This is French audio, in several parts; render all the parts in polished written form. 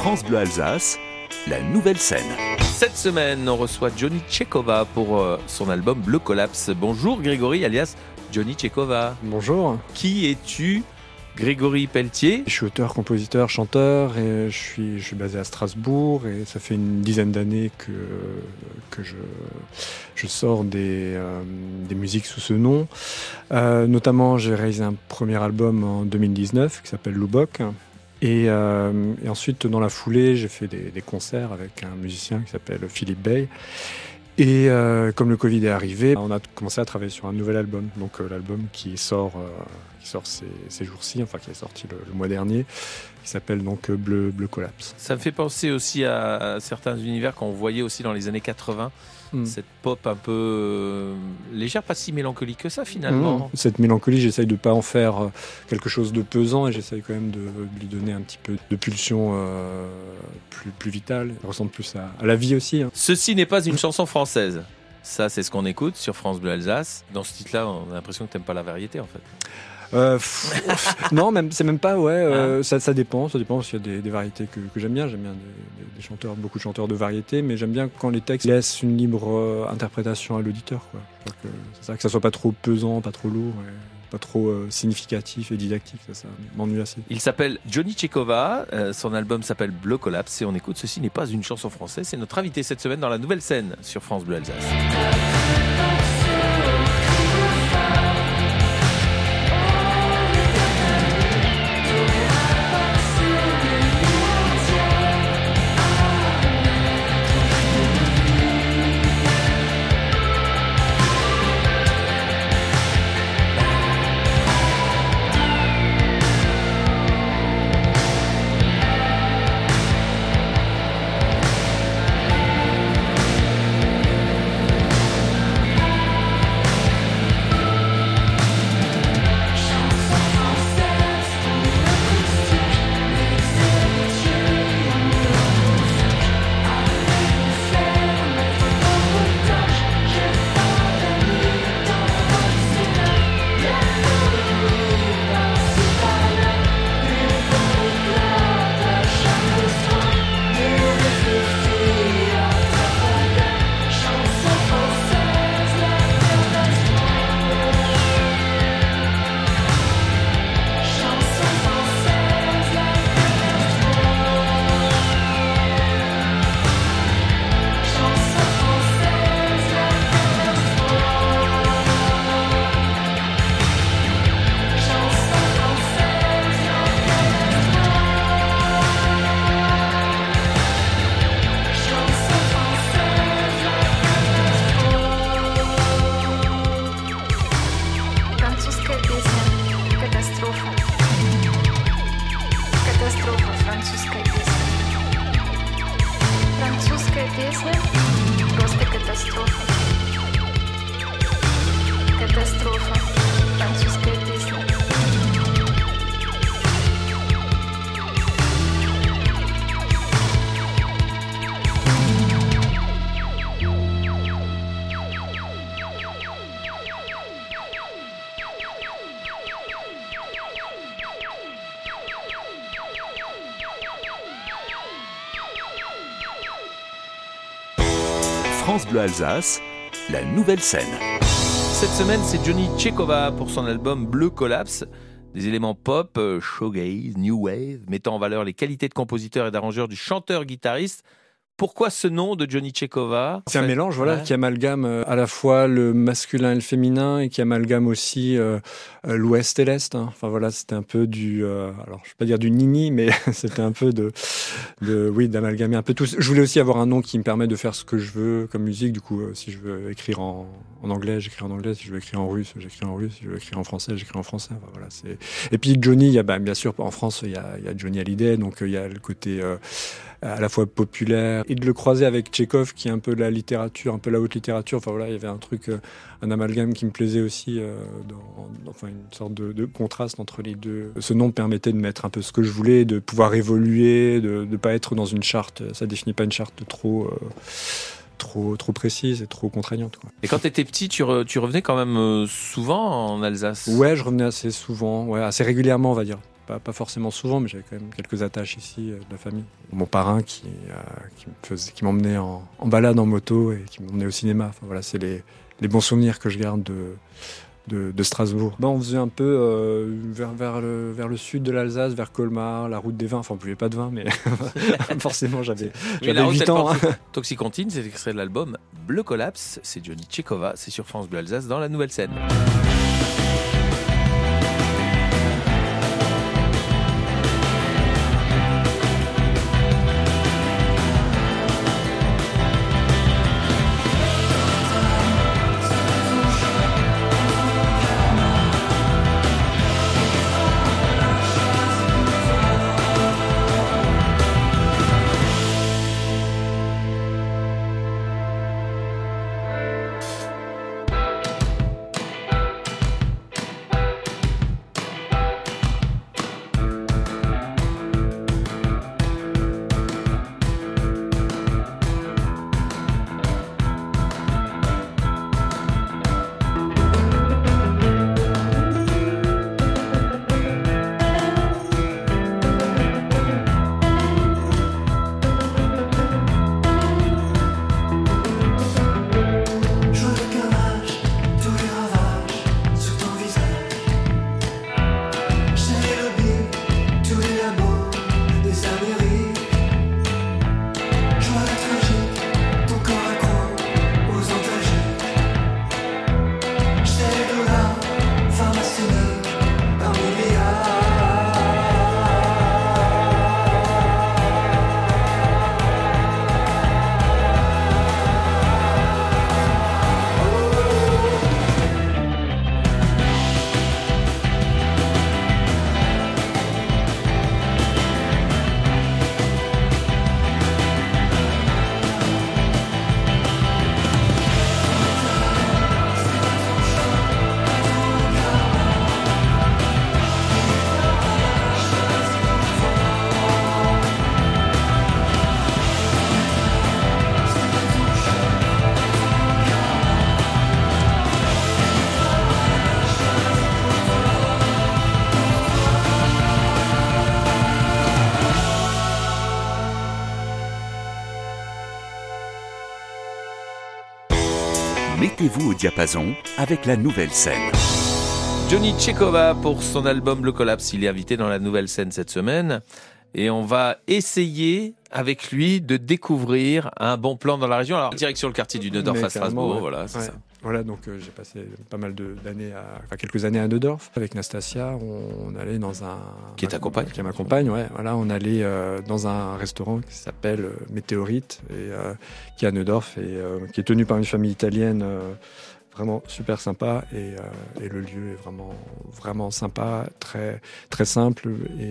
France Bleu Alsace, la nouvelle scène. Cette semaine, on reçoit Johnny Tchekova pour son album Bleu Collapse. Bonjour Grégory, alias Johnny Tchekova. Bonjour. Qui es-tu, Grégory Pelletier? Je suis auteur, compositeur, chanteur et je suis basé à Strasbourg et ça fait une dizaine d'années que je sors des musiques sous ce nom. Notamment, j'ai réalisé un premier album en 2019 qui s'appelle Lubbock. Et ensuite, dans la foulée, j'ai fait des concerts avec un musicien qui s'appelle Philippe Bey. Et comme le Covid est arrivé, on a commencé à travailler sur un nouvel album. Donc l'album qui sort ces jours-ci, enfin qui est sorti le mois dernier, qui s'appelle donc Bleu Collapse. Ça me fait penser aussi à certains univers qu'on voyait aussi dans les années 80. Cette pop un peu légère, pas si mélancolique que ça finalement. Cette mélancolie, j'essaye de pas en faire quelque chose de pesant et j'essaye quand même de lui donner un petit peu de pulsion plus vitale. Elle ressemble plus à la vie aussi. Ceci n'est pas une chanson française. Ça, c'est ce qu'on écoute sur France Bleu Alsace. Dans ce titre-là, on a l'impression que t'aimes pas la variété en fait. Non, c'est même pas, ça dépend parce qu'il y a des variétés que j'aime bien. J'aime bien des chanteurs, beaucoup de chanteurs de variété, mais j'aime bien quand les textes laissent une libre interprétation à l'auditeur, quoi. Je crois que c'est ça, que ça soit pas trop pesant, pas trop lourd, pas trop significatif et didactique, ça m'ennuie assez. Il s'appelle Johnny Tchekova, son album s'appelle Bleu Collapse et on écoute Ceci n'est pas une chanson française. C'est notre invité cette semaine dans la nouvelle scène sur France Bleu Alsace. France Bleu Alsace, la nouvelle scène. Cette semaine, c'est Johnny Tchekova pour son album Bleu Collapse. Des éléments pop, shoegaze, new wave, mettant en valeur les qualités de compositeur et d'arrangeur du chanteur-guitariste. Pourquoi ce nom de Johnny Tchekova? C'est un mélange, qui amalgame à la fois le masculin et le féminin et qui amalgame aussi l'ouest et l'est. Enfin voilà, c'était un peu alors je vais pas dire du nini, mais c'était un peu d'amalgamer un peu tout. Je voulais aussi avoir un nom qui me permet de faire ce que je veux comme musique. Du coup, si je veux écrire en anglais, j'écris en anglais. Si je veux écrire en russe, j'écris en russe. Si je veux écrire en français, j'écris en français. Enfin, voilà, Et puis Johnny, il y a bien sûr en France, il y a Johnny Hallyday, donc il y a le côté à la fois populaire, et de le croiser avec Tchekhov qui est un peu la littérature, un peu la haute littérature. Enfin voilà, il y avait un truc, un amalgame qui me plaisait aussi, une sorte de contraste entre les deux. Ce nom me permettait de mettre un peu ce que je voulais, de pouvoir évoluer, de ne pas être dans une charte. Ça définit pas une charte trop précise et trop contraignante, quoi. Et quand tu étais petit, tu revenais quand même souvent en Alsace? Ouais, je revenais assez souvent, assez régulièrement, on va dire. pas forcément souvent, mais j'avais quand même quelques attaches ici de la famille. Mon parrain qui m'emmenait en balade en moto et qui m'emmenait au cinéma. Enfin, voilà, c'est les bons souvenirs que je garde de Strasbourg. On faisait un peu vers le sud de l'Alsace, vers Colmar, la route des vins. Enfin, on ne buvait pas de vin, mais forcément, j'avais 8 ans. Toxicantine, c'est extrait de l'album Bleu Collapse. C'est Johnny Tchekova, c'est sur France Bleu Alsace dans la Nouvelle Scène. Mettez-vous au diapason avec la Nouvelle Scène. Johnny Tchekova pour son album Bleu Collapse. Il est invité dans la Nouvelle Scène cette semaine. Et on va essayer avec lui de découvrir un bon plan dans la région. Alors, direction le quartier du Neudorf à Strasbourg. Ouais. Voilà, c'est ça. Voilà, donc j'ai passé pas mal quelques années à Neudorf. Avec Nastasia, on allait dans un... Qui est ta compagne ? Qui est ma compagne, ouais. Voilà, on allait dans un restaurant qui s'appelle Météorite, et qui est à Neudorf, et qui est tenu par une famille italienne vraiment super sympa, et le lieu est vraiment sympa, très très simple,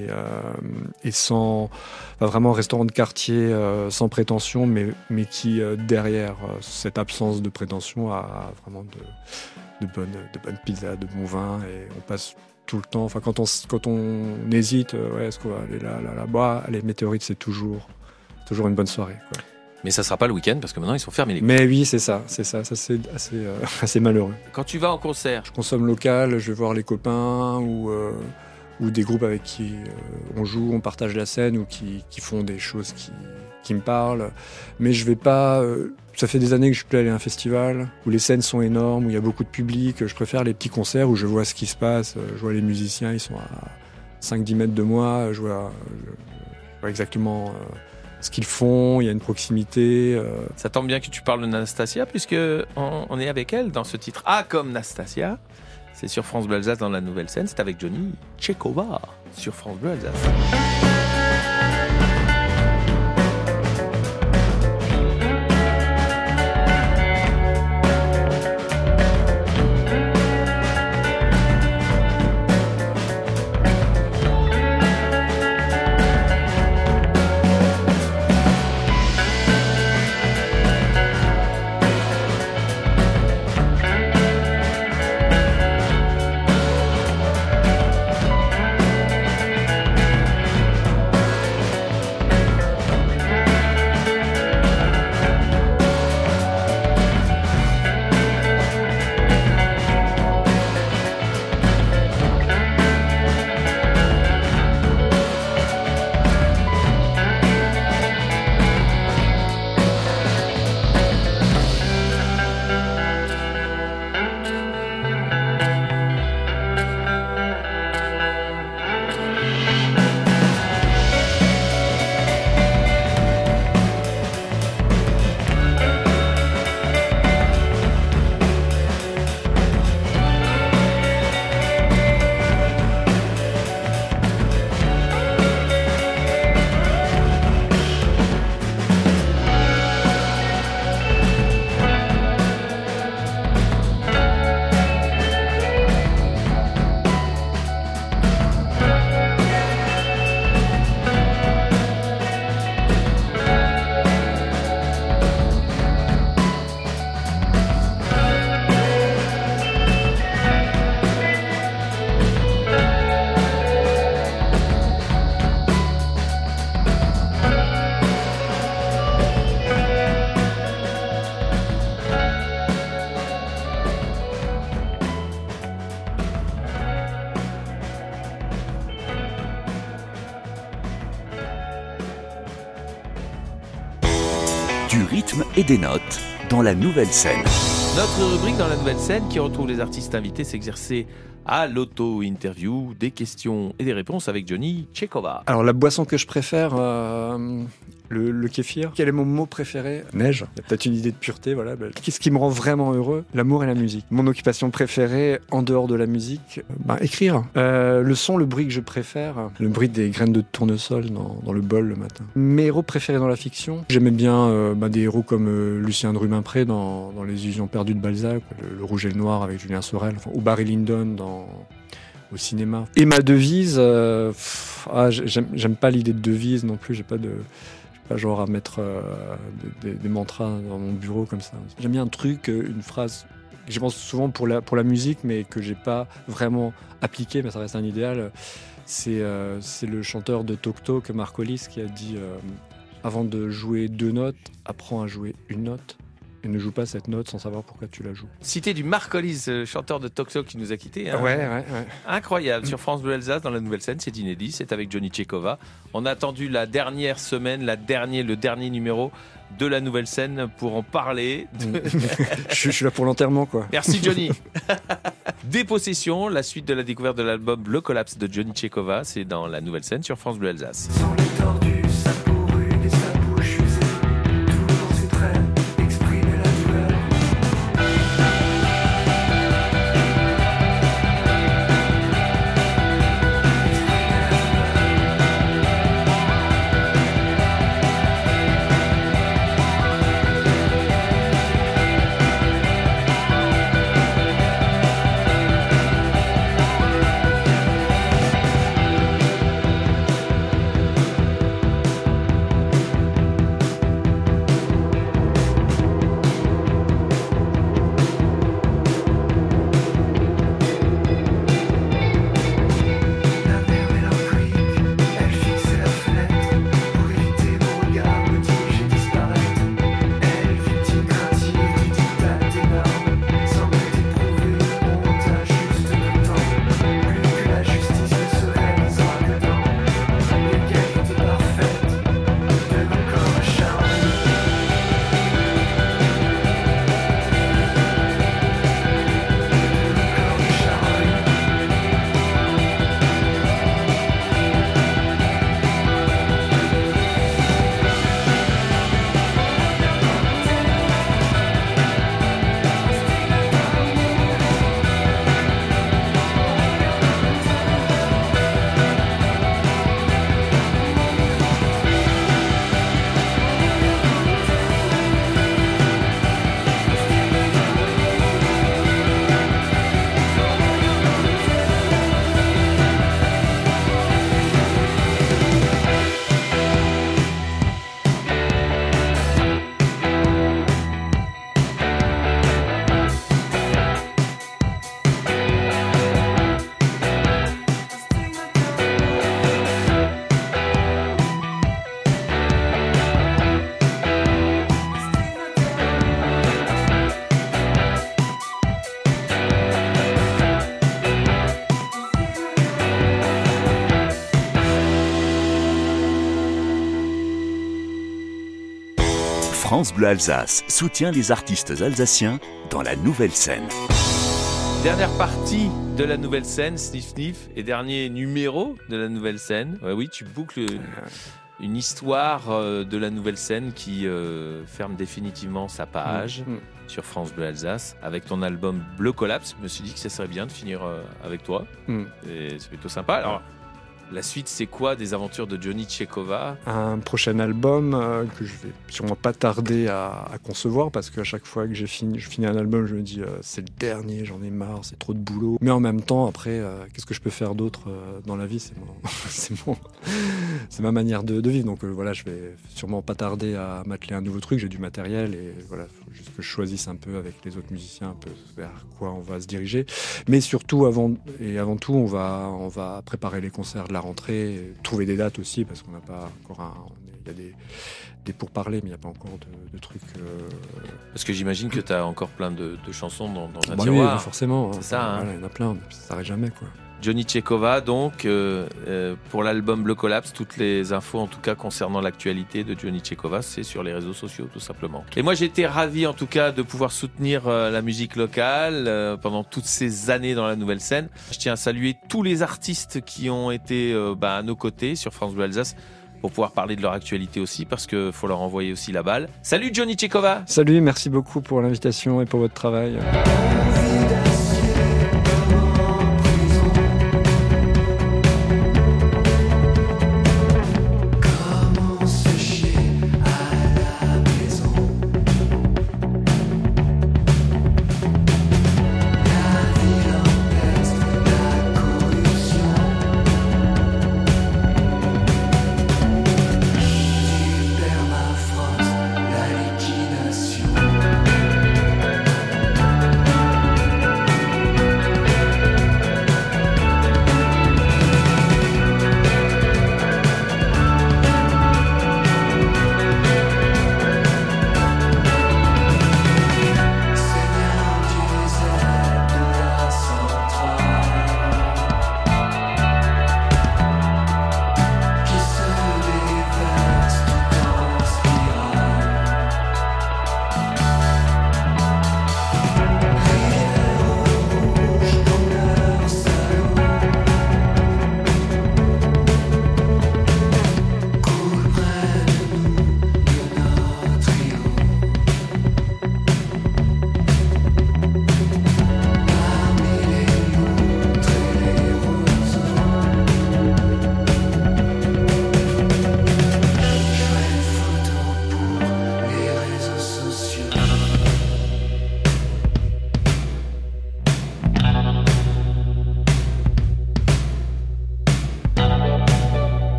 et sans vraiment restaurant de quartier sans prétention, mais qui derrière cette absence de prétention a vraiment de bonnes pizzas, de bons vins, et on passe tout le temps. Enfin, quand on hésite, est-ce qu'on va aller là-bas, les Météorites, c'est toujours une bonne soirée, quoi. Mais ça ne sera pas le week-end parce que maintenant ils sont fermés. Mais oui, c'est ça c'est assez malheureux. Quand tu vas en concert, je consomme local, je vais voir les copains ou des groupes avec qui on joue, on partage la scène, ou qui font des choses qui me parlent. Mais je vais pas... ça fait des années que je suis plus allé à un festival où les scènes sont énormes, où il y a beaucoup de public. Je préfère les petits concerts où je vois ce qui se passe. Je vois les musiciens, ils sont à 5-10 mètres de moi. Je vois exactement... ce qu'ils font, il y a une proximité. Ça tombe bien que tu parles de Nastasia, puisque on est avec elle dans ce titre. Ah, comme Nastasia. C'est sur France Bleu Alsace dans la Nouvelle Scène. C'est avec Johnny Tchekova sur France Bleu Alsace. du rythme et des notes dans la nouvelle scène. Notre rubrique dans la nouvelle scène qui retrouve les artistes invités s'exercer à l'auto-interview, des questions et des réponses avec Johnny Tchekova. Alors la boisson que je préfère, le kéfir. Quel est mon mot préféré? Neige. Il y a peut-être une idée de pureté, voilà. Qu'est-ce qui me rend vraiment heureux? L'amour et la musique. Mon occupation préférée en dehors de la musique, écrire. Le son, le bruit que je préfère, le bruit des graines de tournesol dans le bol le matin. Mes héros préférés dans la fiction, j'aimais bien des héros comme Lucien de Rubempré dans Les Illusions perdues de Balzac, le Rouge et le Noir avec Julien Sorel, ou Barry Lyndon au cinéma. Et ma devise, j'aime pas l'idée de devise non plus, j'ai pas genre à mettre des mantras dans mon bureau comme ça. J'aime bien un truc, une phrase que je pense souvent pour la musique, mais que j'ai pas vraiment appliqué, mais ça reste un idéal. C'est le chanteur de Talk Talk, Marcolis, qui a dit avant de jouer 2 notes, apprends à jouer une note. Et ne joue pas cette note sans savoir pourquoi tu la joues. Cité du Marcolis, chanteur de Talk Talk qui nous a quittés. Hein. Ouais. Incroyable. Sur France Bleu Alsace, dans la nouvelle scène, c'est inédit. C'est avec Johnny Tchekova. On a attendu la dernière semaine, le dernier numéro de la nouvelle scène pour en parler. Je suis là pour l'enterrement, quoi. Merci Johnny. Dépossession, la suite de la découverte de l'album Le Collapse de Johnny Tchekova. C'est dans la nouvelle scène sur France Bleu Alsace. Sans les tordus, sa peau rude et sa bouche usée, tout dans ses traits. France Bleu Alsace soutient les artistes alsaciens dans la nouvelle scène. Dernière partie de la nouvelle scène, Sniff Sniff, et dernier numéro de la nouvelle scène. Ouais, oui, tu boucles une histoire de la nouvelle scène qui ferme définitivement sa page sur France Bleu Alsace avec ton album Bleu Collapse. Je me suis dit que ça serait bien de finir avec toi. Et c'est plutôt sympa. Alors, la suite, c'est quoi des aventures de Johnny Tchekova? Un prochain album que je vais sûrement pas tarder à concevoir, parce qu'à chaque fois que je finis un album, je me dis c'est le dernier, j'en ai marre, c'est trop de boulot. Mais en même temps, après, qu'est-ce que je peux faire d'autre dans la vie? C'est ma manière de vivre. Donc voilà, je vais sûrement pas tarder à m'atteler à un nouveau truc. J'ai du matériel et voilà, faut juste que je choisisse un peu avec les autres musiciens un peu vers quoi on va se diriger. Mais surtout, avant tout, on va préparer les concerts de la rentrée, trouver des dates aussi, parce qu'on n'a pas encore y a des pourparlers, mais il n'y a pas encore de trucs. Parce que j'imagine que tu as encore plein de chansons dans un Bah tiroir. oui, forcément. C'est ça, hein. Voilà, il y en a plein, mais ça s'arrête jamais, quoi. Johnny Tchekova, donc, pour l'album Bleu Collapse, toutes les infos, en tout cas, concernant l'actualité de Johnny Tchekova, c'est sur les réseaux sociaux, tout simplement. Et moi, j'ai été ravi, en tout cas, de pouvoir soutenir la musique locale pendant toutes ces années dans la nouvelle scène. Je tiens à saluer tous les artistes qui ont été à nos côtés sur France Bleu Alsace pour pouvoir parler de leur actualité aussi, parce qu'il faut leur envoyer aussi la balle. Salut Johnny Tchekova! Salut, merci beaucoup pour l'invitation et pour votre travail.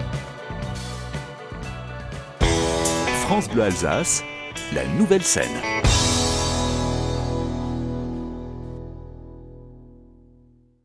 France Bleu Alsace, la nouvelle scène.